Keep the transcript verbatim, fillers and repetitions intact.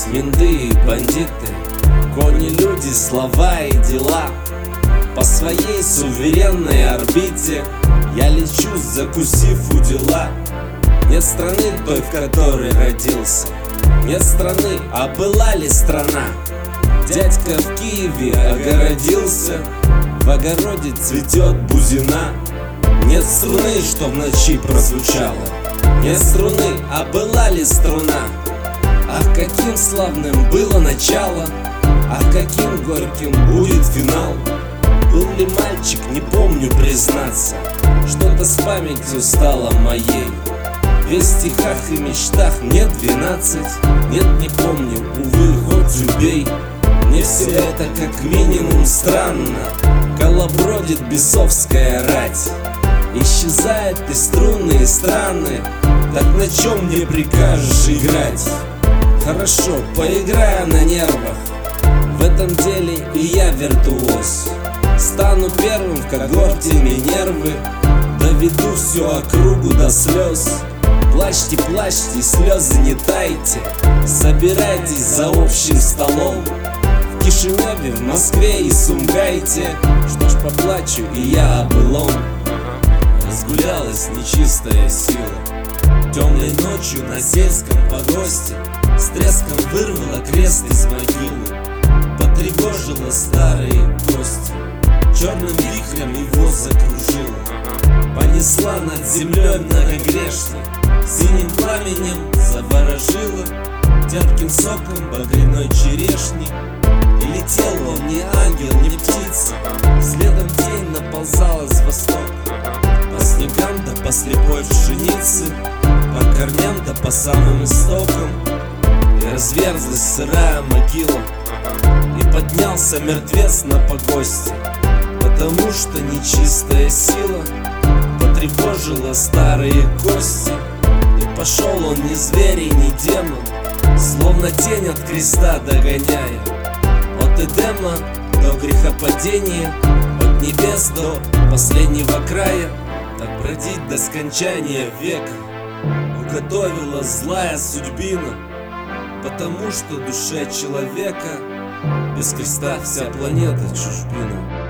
Собрались менты и бандиты, кони, люди, слова и дела. По своей суверенной орбите я лечу, закусив у дела. Нет страны той, в которой родился, нет страны, а была ли страна? Дядька в Киеве огородился, в огороде цветет бузина. Нет струны, что в ночи прозвучала, нет струны, а была ли струна? Ах, каким славным было начало, ах, каким горьким будет финал. Был ли мальчик, не помню признаться, что-то с памятью стало моей. Весь в стихах и мечтах мне двенадцать, нет, не помню, увы, хоть убей. Мне все это как минимум странно, колобродит бесовская рать. Исчезает и струны, и страны, так на чем мне прикажешь играть? Хорошо, поиграю на нервах, в этом деле и я виртуоз. Стану первым в когорте Минервы, доведу всю округу до слез. Плачьте, плачьте, и слезы не тайте, собирайтесь за общим столом. В Кишиневе, в Москве и Сумгайте, что ж, поплачу и я о былом. Разгулялась нечистая сила темной ночью на сельском погосте, с треском вырвала крест из могилы, потревожила старые кости, черным вихрем его закружила, понесла над землей многогрешных, синим пламенем заворожила, терпким соком багряной черешни. И летел он не ангел, не птица, следом тень наползала с востока, по снегам да по слепой пшенице, по корням да по самым истокам. И разверзлась сырая могила, и поднялся мертвец на погосте, потому что нечистая сила потревожила старые кости. И пошел он ни зверь и ни демон, словно тень от креста догоняя. От Эдема до грехопадения, от небес до последнего края, так бродить до скончания века уготовила злая судьбина, потому что душе человека без креста вся планета чужбина.